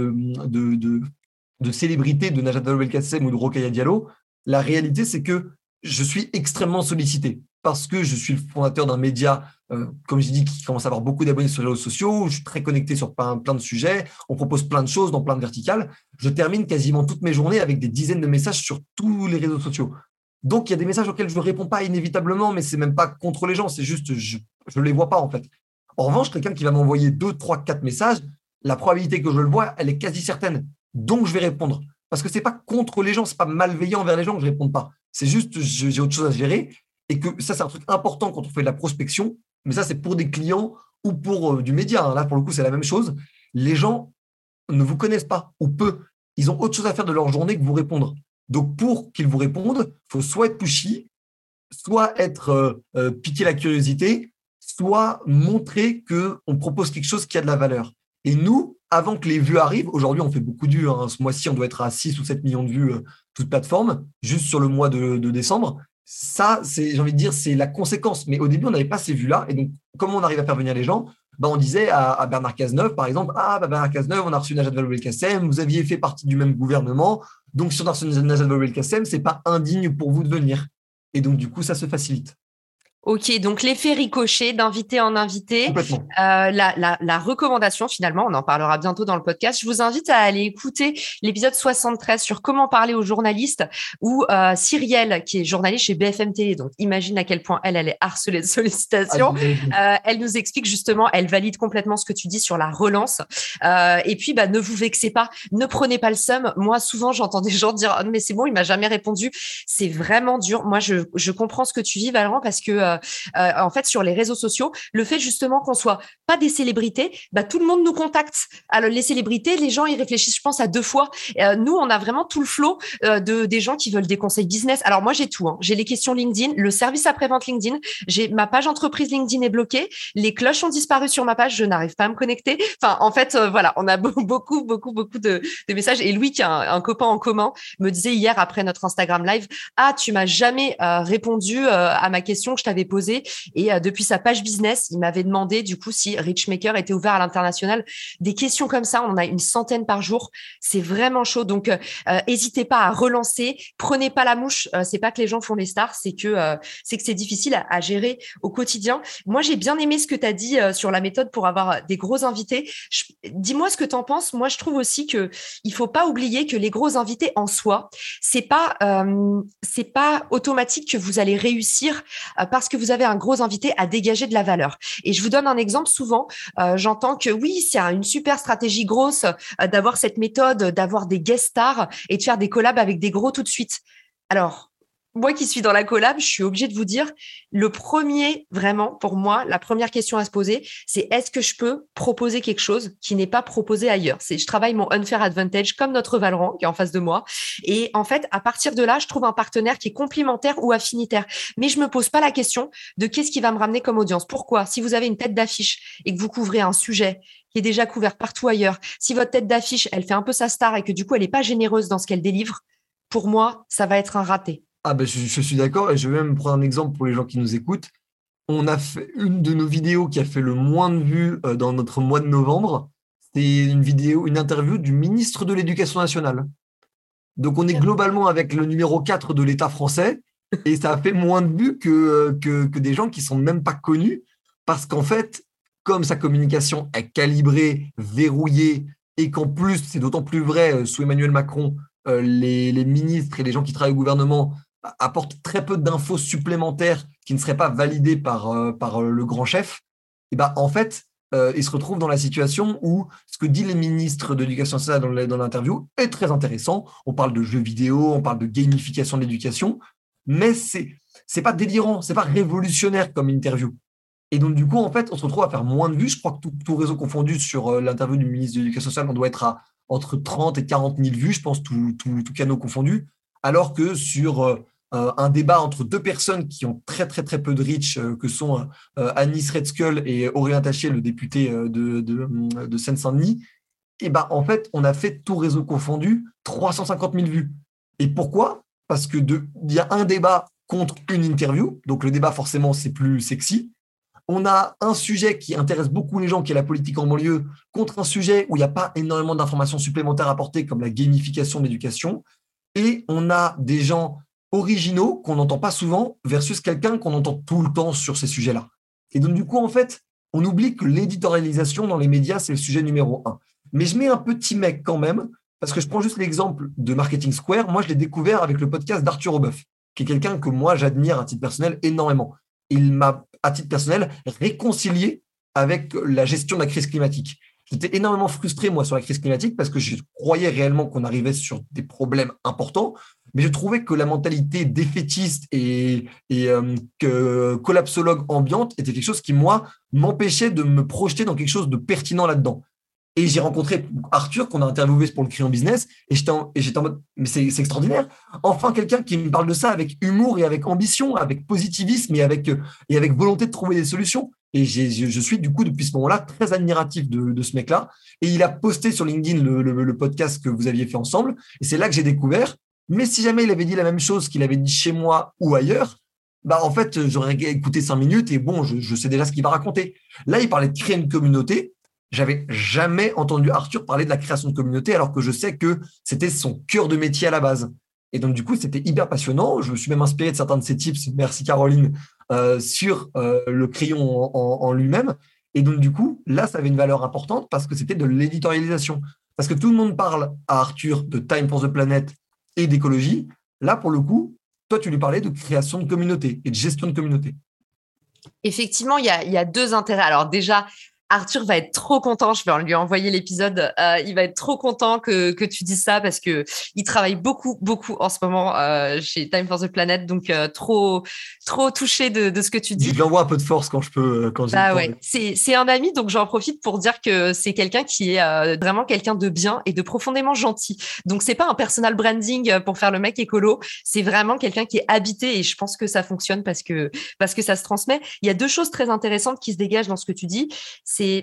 de célébrité de Najat Vallaud-Belkacem ou de Rokhaya Diallo. La réalité, c'est que je suis extrêmement sollicité parce que je suis le fondateur d'un média, comme j'ai dit, qui commence à avoir beaucoup d'abonnés sur les réseaux sociaux. Je suis très connecté sur plein de sujets. On propose plein de choses dans plein de verticales. Je termine quasiment toutes mes journées avec des dizaines de messages sur tous les réseaux sociaux. Donc, il y a des messages auxquels je ne réponds pas inévitablement, mais ce n'est même pas contre les gens. C'est juste, je ne les vois pas, en fait. En revanche, quelqu'un qui va m'envoyer 2, 3, 4 messages, la probabilité que je le vois, elle est quasi certaine. Donc, je vais répondre. Parce que ce n'est pas contre les gens, ce n'est pas malveillant envers les gens que je ne réponds pas. C'est juste, j'ai autre chose à gérer. Et que ça, c'est un truc important quand on fait de la prospection. Mais ça, c'est pour des clients ou pour du média. Là, pour le coup, c'est la même chose. Les gens ne vous connaissent pas ou peu. Ils ont autre chose à faire de leur journée que vous répondre. Donc, pour qu'ils vous répondent, il faut soit être pushy, soit être piquer la curiosité, soit montrer qu'on propose quelque chose qui a de la valeur. Et nous, avant que les vues arrivent, aujourd'hui, on fait beaucoup de vues. Ce mois-ci, on doit être à 6 ou 7 millions de vues, toute plateforme, juste sur le mois de décembre. Ça, j'ai envie de dire, c'est la conséquence. Mais au début, on n'avait pas ces vues-là. Et donc, comment on arrive à faire venir les gens? On disait à Bernard Cazeneuve, par exemple, Bernard Cazeneuve, on a reçu Najat Vallaud-Belkacem, vous aviez fait partie du même gouvernement. Donc, si on a reçu Najat Vallaud-Belkacem, ce n'est pas indigne pour vous de venir. Et donc, du coup, ça se facilite. Ok, donc l'effet ricochet d'invité en invité, la recommandation finalement, on en parlera bientôt dans le podcast. Je vous invite à aller écouter l'épisode 73 sur comment parler aux journalistes où Cyrielle, qui est journaliste chez BFM TV, donc imagine à quel point elle est harcelée de sollicitations, elle nous explique justement, elle valide complètement ce que tu dis sur la relance. Et puis, ne vous vexez pas, ne prenez pas le seum. Moi, souvent, j'entends des gens dire « mais c'est bon, il m'a jamais répondu ». C'est vraiment dur. Moi, je comprends ce que tu vis, Valorant, parce que en fait, sur les réseaux sociaux, le fait justement qu'on soit pas des célébrités, tout le monde nous contacte. Alors, les célébrités, les gens, ils réfléchissent, je pense, à 2 fois. Nous, on a vraiment tout le flot des gens qui veulent des conseils business. Alors, moi, j'ai tout. J'ai les questions LinkedIn, le service après-vente LinkedIn, j'ai ma page entreprise LinkedIn est bloquée, les cloches ont disparu sur ma page, je n'arrive pas à me connecter. Enfin, en fait, voilà, on a beaucoup de messages. Et Louis, qui a un copain en commun, me disait hier après notre Instagram live, tu m'as jamais répondu à ma question que je t'avais posé. Et depuis sa page business, il m'avait demandé du coup si Richmaker était ouvert à l'international. Des questions comme ça, on en a une centaine par jour. C'est vraiment chaud. Donc, n'hésitez pas à relancer. Prenez pas la mouche. C'est pas que les gens font les stars, c'est que c'est difficile à gérer au quotidien. Moi, j'ai bien aimé ce que tu as dit sur la méthode pour avoir des gros invités. Dis-moi ce que tu en penses. Moi, je trouve aussi que il faut pas oublier que les gros invités en soi, c'est pas automatique que vous allez réussir parce que vous avez un gros invité à dégager de la valeur. Et je vous donne un exemple. Souvent, j'entends que oui, c'est une super stratégie grosse d'avoir cette méthode, d'avoir des guest stars et de faire des collabs avec des gros tout de suite. Alors, moi qui suis dans la collab, je suis obligée de vous dire, le premier, vraiment, pour moi, la première question à se poser, c'est est-ce que je peux proposer quelque chose qui n'est pas proposé ailleurs? Je travaille mon unfair advantage comme notre Valorant qui est en face de moi. Et en fait, à partir de là, je trouve un partenaire qui est complémentaire ou affinitaire. Mais je me pose pas la question de qu'est-ce qui va me ramener comme audience. Pourquoi? Si vous avez une tête d'affiche et que vous couvrez un sujet qui est déjà couvert partout ailleurs, si votre tête d'affiche, elle fait un peu sa star et que du coup, elle n'est pas généreuse dans ce qu'elle délivre, pour moi, ça va être un raté. Ah ben je suis d'accord et je vais même prendre un exemple pour les gens qui nous écoutent. On a fait une de nos vidéos qui a fait le moins de vues dans notre mois de novembre. C'est une interview du ministre de l'Éducation nationale. Donc on est globalement avec le numéro 4 de l'État français et ça a fait moins de vues que des gens qui sont même pas connus parce qu'en fait, comme sa communication est calibrée, verrouillée et qu'en plus, c'est d'autant plus vrai sous Emmanuel Macron, les ministres et les gens qui travaillent au gouvernement apportent très peu d'infos supplémentaires qui ne seraient pas validées par le grand chef, et ben, en fait, ils se retrouvent dans la situation où ce que dit les ministres de l'Éducation nationale dans l'interview est très intéressant. On parle de jeux vidéo, on parle de gamification de l'éducation, mais c'est pas délirant, c'est pas révolutionnaire comme interview. Et donc, du coup, en fait, on se retrouve à faire moins de vues. Je crois que tout réseau confondu sur l'interview du ministre de l'Éducation nationale, on doit être à entre 30 et 40 000 vues, je pense, tout canaux confondus, alors que sur un débat entre deux personnes qui ont très, très, très peu de reach, que sont Anis Redskull et Aurélien Tachier, le député de Seine-Saint-Denis, et ben, en fait, on a fait tout réseau confondu 350 000 vues. Et pourquoi? Parce qu'il y a un débat contre une interview, donc le débat, forcément, c'est plus sexy. On a un sujet qui intéresse beaucoup les gens, qui est la politique en banlieue, contre un sujet où il n'y a pas énormément d'informations supplémentaires à apporter, comme la gamification de l'éducation. Et on a des gens originaux qu'on n'entend pas souvent versus quelqu'un qu'on entend tout le temps sur ces sujets-là. Et donc, du coup, en fait, on oublie que l'éditorialisation dans les médias, c'est le sujet numéro 1. Mais je mets un petit mec quand même, parce que je prends juste l'exemple de Marketing Square. Moi, je l'ai découvert avec le podcast d'Arthur Aubeuf, qui est quelqu'un que moi, j'admire à titre personnel énormément. Il m'a, à titre personnel, réconcilié avec la gestion de la crise climatique. J'étais énormément frustré, moi, sur la crise climatique parce que je croyais réellement qu'on arrivait sur des problèmes importants, mais je trouvais que la mentalité défaitiste et collapsologue ambiante était quelque chose qui, moi, m'empêchait de me projeter dans quelque chose de pertinent là-dedans. Et j'ai rencontré Arthur, qu'on a interviewé pour le Crayon Business, et j'étais en mode, mais c'est extraordinaire. Enfin, quelqu'un qui me parle de ça avec humour et avec ambition, avec positivisme et avec volonté de trouver des solutions. Et je suis, du coup, depuis ce moment-là, très admiratif de ce mec-là. Et il a posté sur LinkedIn le podcast que vous aviez fait ensemble. Et c'est là que j'ai découvert. Mais si jamais il avait dit la même chose qu'il avait dit chez moi ou ailleurs, bah, en fait, j'aurais écouté 5 minutes et bon, je sais déjà ce qu'il va raconter. Là, il parlait de créer une communauté. J'avais jamais entendu Arthur parler de la création de communauté alors que je sais que c'était son cœur de métier à la base. Et donc, du coup, c'était hyper passionnant. Je me suis même inspiré de certains de ses tips, merci Caroline, sur le crayon en lui-même. Et donc, du coup, là, ça avait une valeur importante parce que c'était de l'éditorialisation. Parce que tout le monde parle à Arthur de Time for the Planet et d'écologie. Là, pour le coup, toi, tu lui parlais de création de communauté et de gestion de communauté. Effectivement, il y a deux intérêts. Alors déjà, Arthur va être trop content. Je vais lui envoyer l'épisode. Il va être trop content que tu dises ça parce que il travaille beaucoup en ce moment chez Time for the Planet. Donc trop touché de ce que tu dis. Je lui envoie un peu de force quand je peux. Quand j'ai ouais. C'est un ami, donc j'en profite pour dire que c'est quelqu'un qui est vraiment quelqu'un de bien et de profondément gentil. Donc c'est pas un personal branding pour faire le mec écolo. C'est vraiment quelqu'un qui est habité et je pense que ça fonctionne parce que ça se transmet. Il y a deux choses très intéressantes qui se dégagent dans ce que tu dis. C'est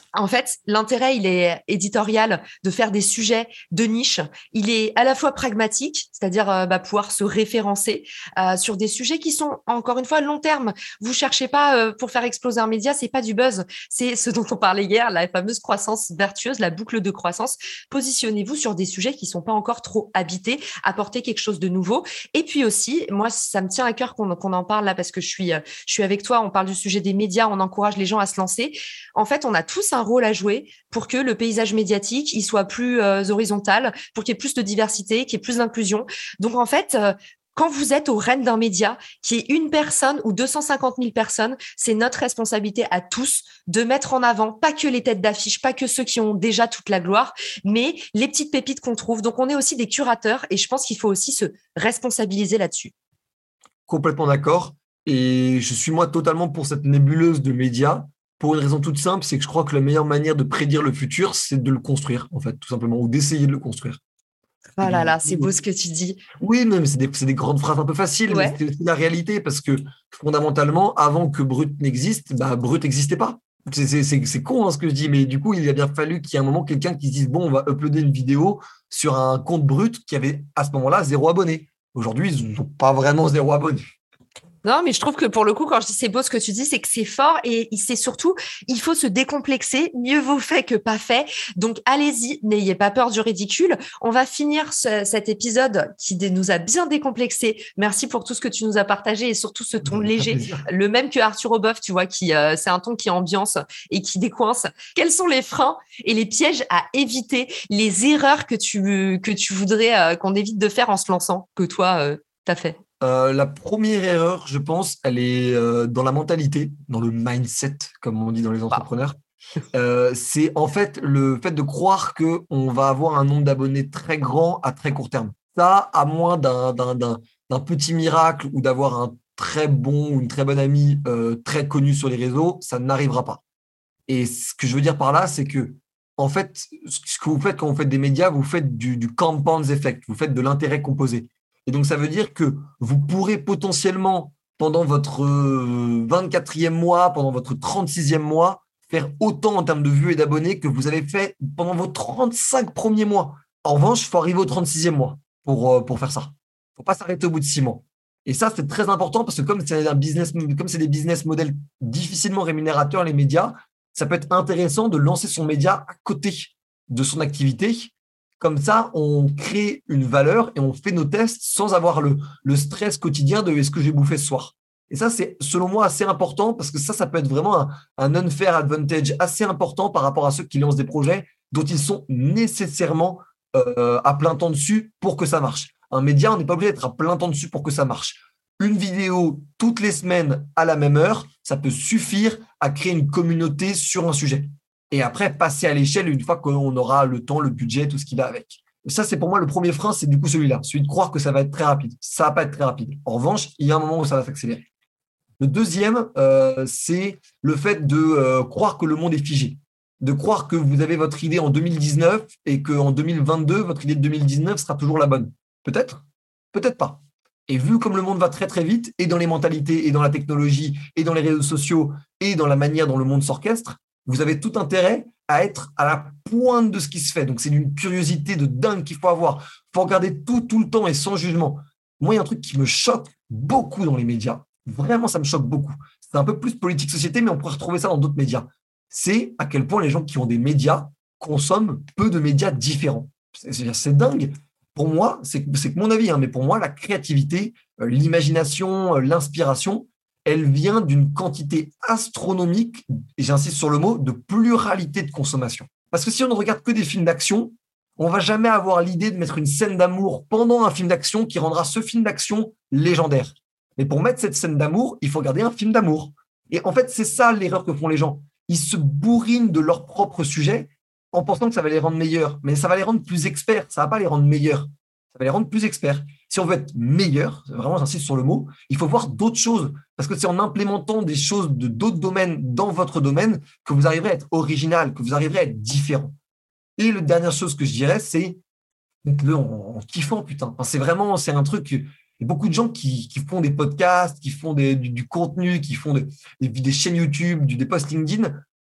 En fait, l'intérêt, il est éditorial de faire des sujets de niche. Il est à la fois pragmatique, c'est-à-dire pouvoir se référencer sur des sujets qui sont, encore une fois, long terme. Vous cherchez pas pour faire exploser un média, c'est pas du buzz. C'est ce dont on parlait hier, la fameuse croissance vertueuse, la boucle de croissance. Positionnez-vous sur des sujets qui sont pas encore trop habités, apportez quelque chose de nouveau. Et puis aussi, moi, ça me tient à cœur qu'on en parle là parce que je suis avec toi. On parle du sujet des médias, on encourage les gens à se lancer. En fait, on a tous un rôle à jouer pour que le paysage médiatique il soit plus horizontal, pour qu'il y ait plus de diversité, qu'il y ait plus d'inclusion. Donc, en fait, quand vous êtes aux rênes d'un média, qui est une personne ou 250 000 personnes, c'est notre responsabilité à tous de mettre en avant, pas que les têtes d'affiche, pas que ceux qui ont déjà toute la gloire, mais les petites pépites qu'on trouve. Donc, on est aussi des curateurs et je pense qu'il faut aussi se responsabiliser là-dessus. Complètement d'accord. Et je suis moi totalement pour cette nébuleuse de médias. Pour une raison toute simple, c'est que je crois que la meilleure manière de prédire le futur, c'est de le construire, en fait, tout simplement, ou d'essayer de le construire. Et Oh là donc, là, c'est beau ce que tu dis. oui, mais c'est des grandes phrases un peu faciles, mais Ouais. c'est aussi la réalité, parce que fondamentalement, avant que Brut n'existe, Brut n'existait pas. C'est con ce que je dis, mais du coup, il a bien fallu qu'il y ait un moment quelqu'un qui se dise, bon, on va uploader une vidéo sur un compte Brut qui avait à ce moment-là 0 abonné. Aujourd'hui, ils n'ont pas vraiment 0 abonné. Non, mais je trouve que pour le coup, quand je dis c'est beau ce que tu dis, c'est que c'est fort et c'est surtout, il faut se décomplexer. Mieux vaut fait que pas fait. Donc, allez-y, n'ayez pas peur du ridicule. On va finir cet épisode qui nous a bien décomplexé. Merci pour tout ce que tu nous as partagé et surtout ce ton léger, le même que Arthur Aubeuf, tu vois, c'est un ton qui ambiance et qui décoince. Quels sont les freins et les pièges à éviter, les erreurs que tu voudrais qu'on évite de faire en se lançant, que toi, t'as fait? La première erreur, je pense, elle est dans la mentalité, dans le mindset, comme on dit dans les Wow. entrepreneurs. C'est en fait le fait de croire qu'on va avoir un nombre d'abonnés très grand à très court terme. Ça, à moins d'un petit miracle ou d'avoir un très bon ou une très bonne amie très connue sur les réseaux, ça n'arrivera pas. Et ce que je veux dire par là, c'est que, en fait, ce que vous faites quand vous faites des médias, vous faites du compound effect, vous faites de l'intérêt composé. Et donc, ça veut dire que vous pourrez potentiellement, pendant votre 24e mois, pendant votre 36e mois, faire autant en termes de vues et d'abonnés que vous avez fait pendant vos 35 premiers mois. En revanche, il faut arriver au 36e mois pour faire ça. Il ne faut pas s'arrêter au bout de 6 mois. Et ça, c'est très important parce que comme c'est des business models difficilement rémunérateurs, les médias, ça peut être intéressant de lancer son média à côté de son activité. Comme ça, on crée une valeur et on fait nos tests sans avoir le stress quotidien de est-ce que j'ai bouffé ce soir. Et ça, c'est selon moi assez important parce que ça peut être vraiment un unfair advantage assez important par rapport à ceux qui lancent des projets dont ils sont nécessairement à plein temps dessus pour que ça marche. Un média, on n'est pas obligé d'être à plein temps dessus pour que ça marche. Une vidéo toutes les semaines à la même heure, ça peut suffire à créer une communauté sur un sujet. Et après, passer à l'échelle une fois qu'on aura le temps, le budget, tout ce qui va avec. Ça, c'est pour moi le premier frein, c'est du coup celui-là, celui de croire que ça va être très rapide. Ça ne va pas être très rapide. En revanche, il y a un moment où ça va s'accélérer. Le deuxième, c'est le fait de croire que le monde est figé, de croire que vous avez votre idée en 2019 et qu'en 2022, votre idée de 2019 sera toujours la bonne. Peut-être, peut-être pas. Et vu comme le monde va très très vite, et dans les mentalités, et dans la technologie, et dans les réseaux sociaux, et dans la manière dont le monde s'orchestre, vous avez tout intérêt à être à la pointe de ce qui se fait. Donc, c'est d'une curiosité de dingue qu'il faut avoir. Il faut regarder tout le temps et sans jugement. Moi, il y a un truc qui me choque beaucoup dans les médias. Vraiment, ça me choque beaucoup. C'est un peu plus politique-société, mais on pourrait retrouver ça dans d'autres médias. C'est à quel point les gens qui ont des médias consomment peu de médias différents. C'est dingue. Pour moi, c'est que mon avis, hein, mais pour moi, la créativité, l'imagination, l'inspiration, elle vient d'une quantité astronomique, et j'insiste sur le mot, de pluralité de consommation. Parce que si on ne regarde que des films d'action, on ne va jamais avoir l'idée de mettre une scène d'amour pendant un film d'action qui rendra ce film d'action légendaire. Mais pour mettre cette scène d'amour, il faut regarder un film d'amour. Et en fait, c'est ça l'erreur que font les gens. Ils se bourrinent de leur propre sujet en pensant que ça va les rendre meilleurs. Mais ça va les rendre plus experts. Ça ne va pas les rendre meilleurs. Ça va les rendre plus experts. Si on veut être meilleur, vraiment j'insiste sur le mot, il faut voir d'autres choses. Parce que c'est en implémentant des choses de d'autres domaines dans votre domaine que vous arriverez à être original, que vous arriverez à être différent. Et la dernière chose que je dirais, c'est faites-le en kiffant, putain. Enfin, c'est un truc. Il y a beaucoup de gens qui font des podcasts, qui font du contenu, qui font des chaînes YouTube, des posts LinkedIn.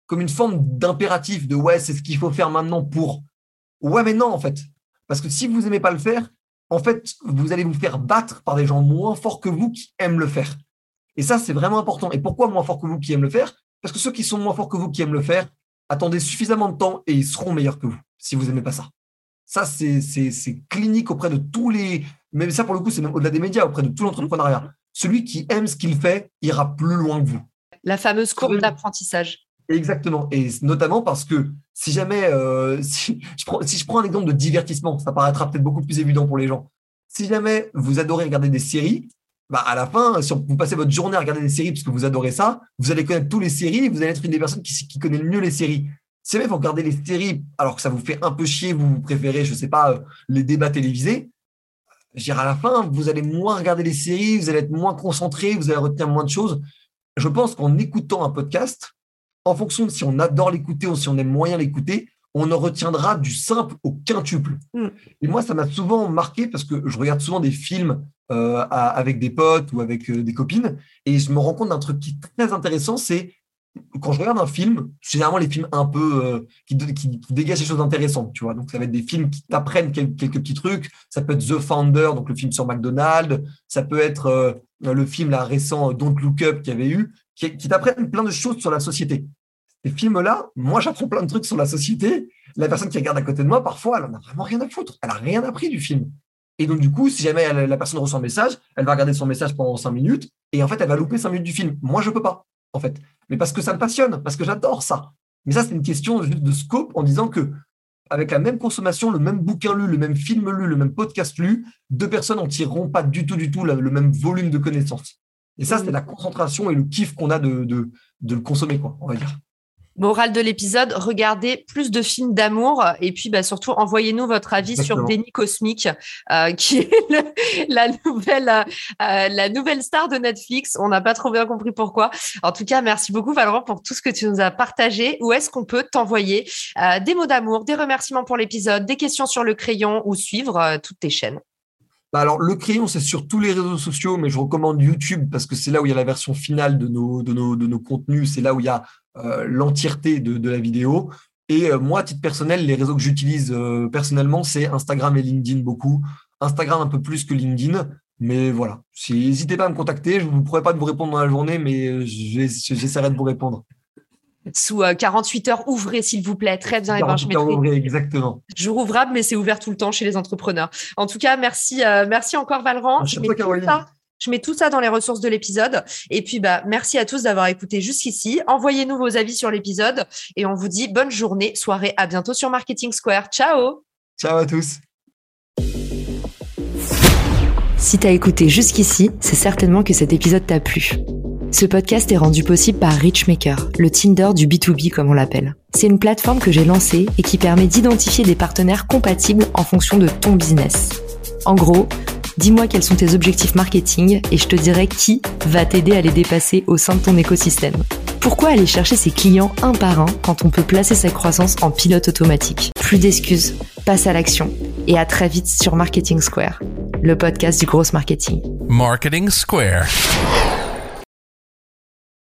comme une forme d'impératif de ouais, c'est ce qu'il faut faire maintenant pour. Ouais, mais non, en fait. Parce que si vous n'aimez pas le faire, en fait, vous allez vous faire battre par des gens moins forts que vous qui aiment le faire. Et ça, c'est vraiment important. Et pourquoi moins forts que vous qui aiment le faire? Parce que ceux qui sont moins forts que vous qui aiment le faire, attendez suffisamment de temps et ils seront meilleurs que vous si vous n'aimez pas ça. Ça, c'est clinique auprès de tous les… Même ça, pour le coup, c'est même au-delà des médias, auprès de tout l'entrepreneuriat. Celui qui aime ce qu'il fait ira plus loin que vous. La fameuse courbe d'apprentissage. Exactement. Et notamment parce que si jamais… si je prends un exemple de divertissement, ça paraîtra peut-être beaucoup plus évident pour les gens. Si jamais vous adorez regarder des séries, bah à la fin, si vous passez votre journée à regarder des séries parce que vous adorez ça, vous allez connaître toutes les séries et vous allez être une des personnes qui connaît le mieux les séries. Si jamais vous regardez les séries alors que ça vous fait un peu chier, vous préférez, je sais pas, les débats télévisés, je veux dire, à la fin, vous allez moins regarder les séries, vous allez être moins concentré, vous allez retenir moins de choses. Je pense qu'en écoutant un podcast, en fonction de si on adore l'écouter ou si on aime moyen l'écouter, on en retiendra du simple au quintuple. Et moi, ça m'a souvent marqué parce que je regarde souvent des films avec des potes ou avec des copines et je me rends compte d'un truc qui est très intéressant, c'est quand je regarde un film, généralement les films un peu qui dégagent des choses intéressantes, tu vois. Donc ça va être des films qui t'apprennent quelques petits trucs. Ça peut être The Founder, donc le film sur McDonald's. Ça peut être le film là récent Don't Look Up qu'il y avait eu, qui t'apprennent plein de choses sur la société. Ces films-là, moi j'apprends plein de trucs sur la société. La personne qui regarde à côté de moi, parfois, elle en a vraiment rien à foutre. Elle a rien appris du film. Et donc du coup, si jamais la personne reçoit un message, elle va regarder son message pendant 5 minutes et en fait, elle va louper 5 minutes du film. Moi, je peux pas. En fait, mais parce que ça me passionne, parce que j'adore ça. Mais ça, c'est une question juste de scope en disant que avec la même consommation, le même bouquin lu, le même film lu, le même podcast lu, 2 personnes n'en tireront pas du tout le même volume de connaissances. Et ça, c'est la concentration et le kiff qu'on a de le consommer, quoi, on va dire. Morale de l'épisode, regardez plus de films d'amour et puis surtout envoyez-nous votre avis sur Déni Cosmique qui est la nouvelle star de Netflix. On n'a pas trop bien compris pourquoi. En tout cas, merci beaucoup Valorant pour tout ce que tu nous as partagé. Où est-ce qu'on peut t'envoyer des mots d'amour, des remerciements pour l'épisode, des questions sur le crayon ou suivre toutes tes chaînes? Alors, le crayon, c'est sur tous les réseaux sociaux, mais je recommande YouTube parce que c'est là où il y a la version finale de nos contenus. C'est là où il y a l'entièreté de la vidéo. Et moi, à titre personnel, les réseaux que j'utilise personnellement, c'est Instagram et LinkedIn beaucoup. Instagram un peu plus que LinkedIn. Mais voilà, n'hésitez pas à me contacter. Je ne pourrai pas vous répondre dans la journée, mais j'essaierai de vous répondre. Sous 48 heures, ouvrez s'il vous plaît. Très bien. 48 heures ouvrez, exactement. Jour ouvrable, mais c'est ouvert tout le temps chez les entrepreneurs. En tout cas, merci encore Valorant. Je mets tout ça dans les ressources de l'épisode. Et puis, merci à tous d'avoir écouté jusqu'ici. Envoyez-nous vos avis sur l'épisode et on vous dit bonne journée, soirée. À bientôt sur Marketing Square. Ciao. Ciao à tous. Si t'as écouté jusqu'ici, c'est certainement que cet épisode t'a plu. Ce podcast est rendu possible par Richmaker, le Tinder du B2B comme on l'appelle. C'est une plateforme que j'ai lancée et qui permet d'identifier des partenaires compatibles en fonction de ton business. En gros, dis-moi quels sont tes objectifs marketing et je te dirai qui va t'aider à les dépasser au sein de ton écosystème. Pourquoi aller chercher ses clients un par un quand on peut placer sa croissance en pilote automatique? Plus d'excuses, passe à l'action et à très vite sur Marketing Square, le podcast du gros marketing. Marketing Square.